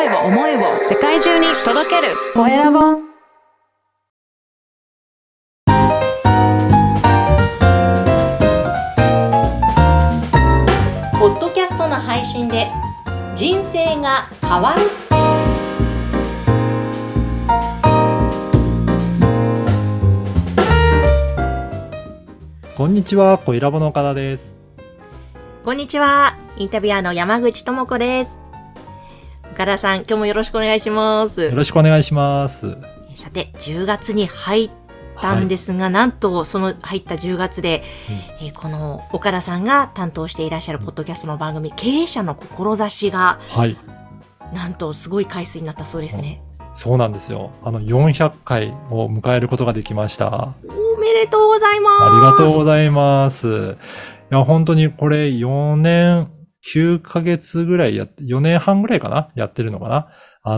を思いを世界中に届けるコエラボ。ポッドキャストの配信で人生が変わる。 こんにちは、コエラボの岡田です。 こんにちは、インタビュアーの山口智子です。岡田さん、今日もよろしくお願いします。 よろしくお願いします。 さて、10月に入ったんですが、なんとその入った10月で、この岡田さんが担当していらっしゃるポッドキャストの番組、経営者の志が、なんとすごい回数になったそうですね。 そうなんですよ。400回を迎えることができました。 おめでとうございます。 ありがとうございます。いや、本当にこれ4年9ヶ月ぐらい4年半ぐらいかなやってるのかな。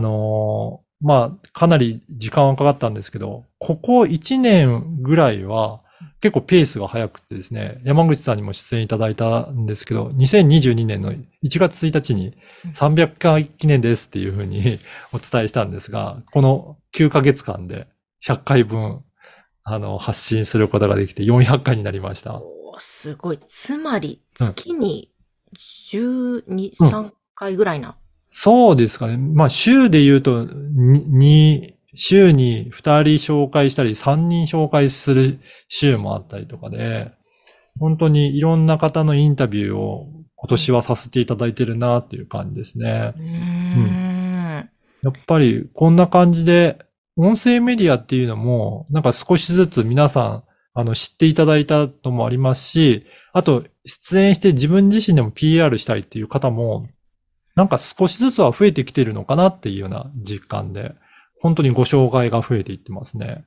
かなり時間はかかったんですけど、ここ1年ぐらいは結構ペースが早くてですね、山口さんにも出演いただいたんですけど、2022年の1月1日に300回記念ですっていうふうにお伝えしたんですが、この9ヶ月間で100回分発信することができて400回になりました。 すごい。つまり月に12、3回ぐらいな。 そうですかね。まあ週で言うと週に2人紹介したり3人紹介する週もあったりとかで、本当にいろんな方のインタビューを今年はさせていただいてるなっていう感じですね。やっぱりこんな感じで音声メディアっていうのもなんか少しずつ皆さん知っていただいたのもありますし、あと出演して自分自身でも PR したいっていう方もなんか少しずつは増えてきてるのかなっていうような実感で、本当にご紹介が増えていってますね。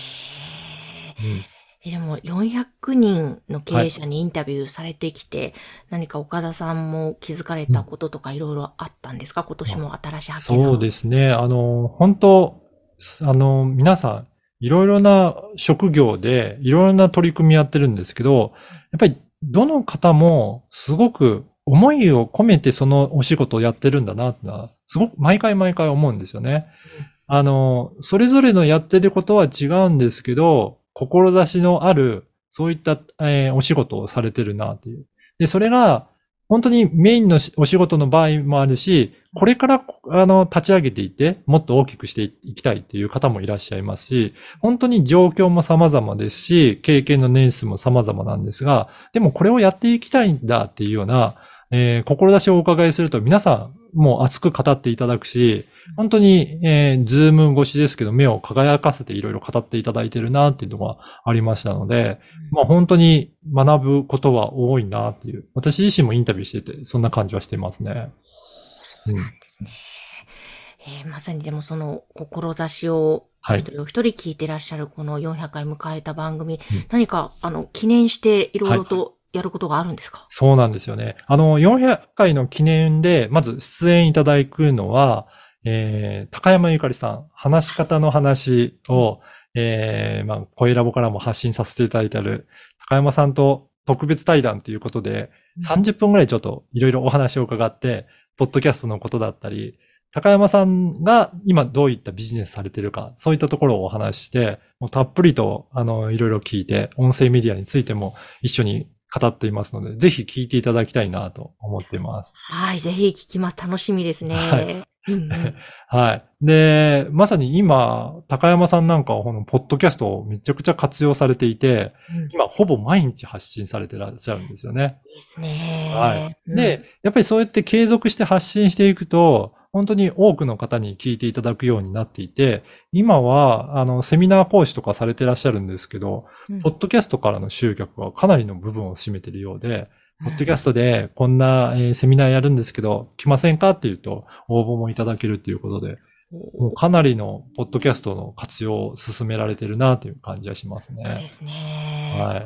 でも400人の経営者にインタビューされてきて、何か岡田さんも気づかれたこととかいろいろあったんですか？今年も新しい発見など。 そうですね。本当、皆さん、いろいろな職業でいろいろな取り組みやってるんですけど、やっぱりどの方もすごく思いを込めてそのお仕事をやってるんだなってのは、すごく毎回思うんですよね。それぞれのやってることは違うんですけど、志のある、そういった、お仕事をされてるなっていう。で、それが、本当にメインのお仕事の場合もあるし、これから、立ち上げていって、もっと大きくしていきたいっていう方もいらっしゃいますし、本当に状況も様々ですし、経験の年数も様々なんですが、でもこれをやっていきたいんだっていうような、志をお伺いすると皆さんもう熱く語っていただくし、本当に、ズーム越しですけど目を輝かせていろいろ語っていただいているなっていうのがありましたので、本当に学ぶことは多いなっていう、私自身もインタビューしててそんな感じはしてますね。 そうなんですね。まさにでもその志を一人お一人聞いてらっしゃるこの400回迎えた番組、何か記念していろいろとやることがあるんですか？ そうなんですよね。400回の記念でまず出演いただくのは、高山ゆかりさん、話し方の話を、声ラボからも発信させていただいている高山さんと特別対談ということで、30分ぐらいちょっといろいろお話を伺って、ポッドキャストのことだったり、高山さんが今どういったビジネスされているか、そういったところをお話しして、もうたっぷりといろいろ聞いて、音声メディアについても一緒に語っていますので、ぜひ聞いていただきたいなと思っています。 はい、ぜひ聞きます。楽しみですね。 はい。で、まさに今、高山さんなんかはこのポッドキャストをめちゃくちゃ活用されていて、今ほぼ毎日発信されてらっしゃるんですよね。 ですね。 はい。で、やっぱりそうやって継続して発信していくと、本当に多くの方に聞いていただくようになっていて、今は、セミナー講師とかされてらっしゃるんですけど、ポッドキャストからの集客はかなりの部分を占めているようで、ポッドキャストでこんなセミナーやるんですけど、来ませんかっていうと応募もいただけるっていうことで、もうかなりのポッドキャストの活用を進められてるなという感じがしますね。 そうですね。 はい。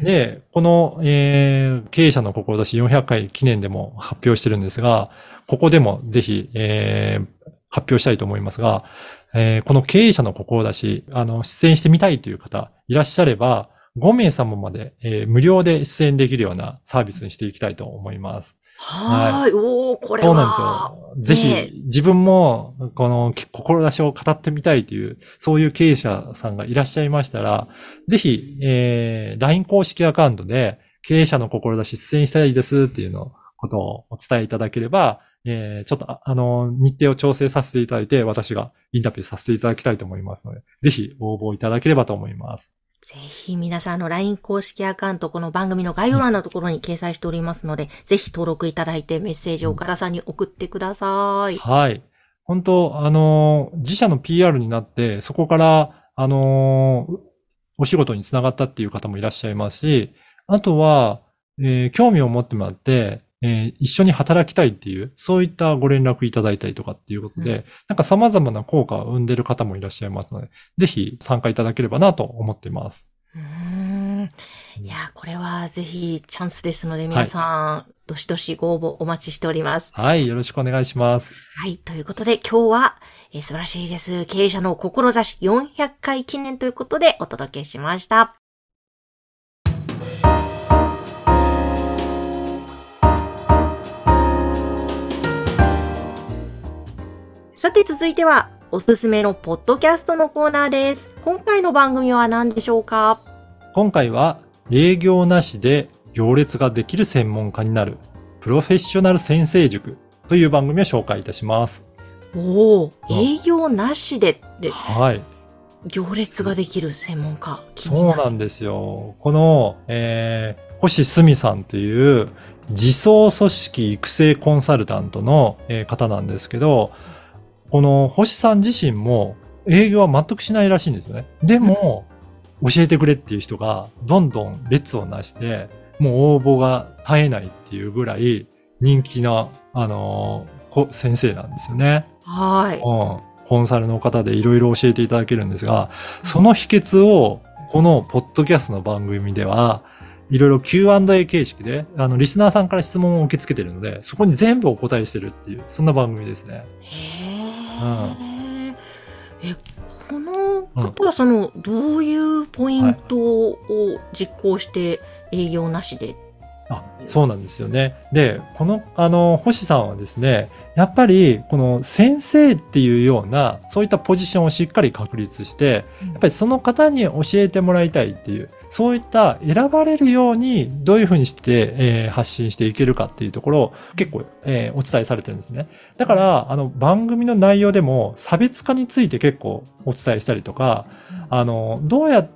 で、この、経営者の志400回記念でも発表してるんですが、ここでもぜひ、発表したいと思いますが、この経営者の志、出演してみたいという方いらっしゃれば、5名様まで、無料で出演できるようなサービスにしていきたいと思います。 はい。おー、これは。 そうなんですよ。 ぜひ自分もこの志を語ってみたいという、そういう経営者さんがいらっしゃいましたら、ぜひ、LINE 公式アカウントで経営者の志出演したいですっていうことをお伝えいただければ、ちょっと日程を調整させていただいて、私がインタビューさせていただきたいと思いますので、ぜひ応募いただければと思います。 ぜひ皆さんLINE 公式アカウント、この番組の概要欄のところに掲載しておりますので、ぜひ登録いただいてメッセージを岡田さんに送ってください。 はい。本当、自社の PR になって、そこから、お仕事につながったっていう方もいらっしゃいますし、あとは、興味を持ってもらって、一緒に働きたいっていう、そういったご連絡いただいたりとかっていうことで、なんか様々な効果を生んでいる方もいらっしゃいますので、ぜひ参加いただければなと思っています。 いや、これはぜひチャンスですので、皆さん、どしどしご応募お待ちしております。 はい、よろしくお願いします。 はい、ということで今日は、素晴らしいです。経営者の志400回記念ということでお届けしました。さて続いては、おすすめのポッドキャストのコーナーです。今回の番組は何でしょうか？ 今回は、営業なしで行列ができる専門家になる、プロフェッショナル先生塾という番組を紹介いたします。 おー、営業なしでって。 はい。 行列ができる専門家。 そうなんですよ。この、星澄さんという自走組織育成コンサルタントの方なんですけど、この星さん自身も営業は全くしないらしいんですよね。でも、教えてくれっていう人がどんどん列をなして、もう応募が絶えないっていうぐらい人気な、先生なんですよね。 はい。 コンサルの方でいろいろ教えていただけるんですが、その秘訣をこのポッドキャストの番組ではいろいろ Q&A 形式でリスナーさんから質問を受け付けているので、そこに全部お答えしてるっていう、そんな番組ですね。 この方はどういうポイントを実行して営業なしで、 そうなんですよね。で、この、星さんはですね、やっぱり、この先生っていうような、そういったポジションをしっかり確立して、やっぱりその方に教えてもらいたいっていう、そういった選ばれるように、どういうふうにして、発信していけるかっていうところを結構、お伝えされてるんですね。だから、番組の内容でも差別化について結構お伝えしたりとか、どうやって、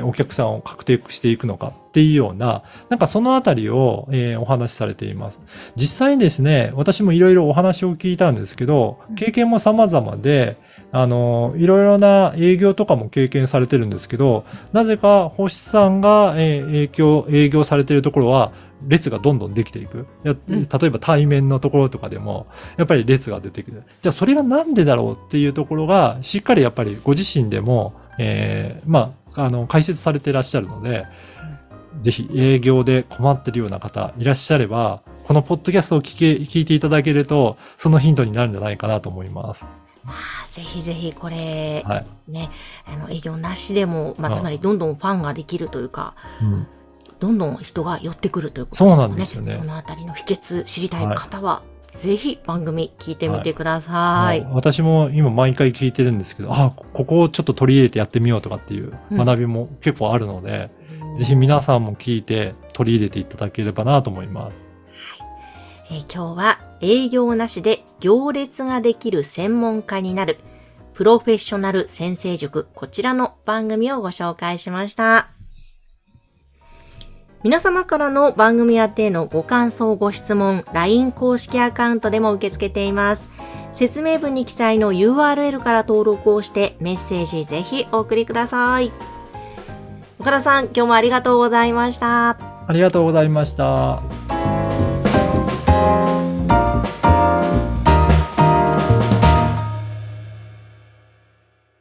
お客さんを獲得していくのかっていうような、なんかそのあたりを、お話しされています。実際にですね、私もいろいろお話を聞いたんですけど、経験も様々で、いろいろな営業とかも経験されてるんですけど、なぜか星さんが、営業されているところは、列がどんどんできていく。例えば対面のところとかでも、やっぱり列が出てくる。じゃあそれがなんでだろうっていうところが、しっかりやっぱりご自身でも、解説されていらっしゃるので、ぜひ営業で困ってるような方いらっしゃれば、このポッドキャストを聞いていただけると、そのヒントになるんじゃないかなと思います。 ぜひぜひこれ、ね、営業なしでも、つまりどんどんファンができるというか、どんどん人が寄ってくるということですよね。そうなんですよね。そのあたりの秘訣知りたい方は、ぜひ番組聞いてみてください。 私も今毎回聞いてるんですけど、ここをちょっと取り入れてやってみようとかっていう学びも結構あるので、ぜひ皆さんも聞いて取り入れていただければなと思います。 今日は営業なしで行列ができる専門家になるプロフェッショナル先生塾、こちらの番組をご紹介しました。皆様からの番組宛てのご感想ご質問、LINE 公式アカウントでも受け付けています。説明文に記載の URL から登録をしてメッセージぜひお送りください。岡田さん、今日もありがとうございました。 ありがとうございました。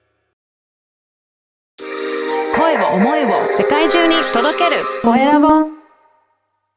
声を思いを世界中に届けるコエラボ。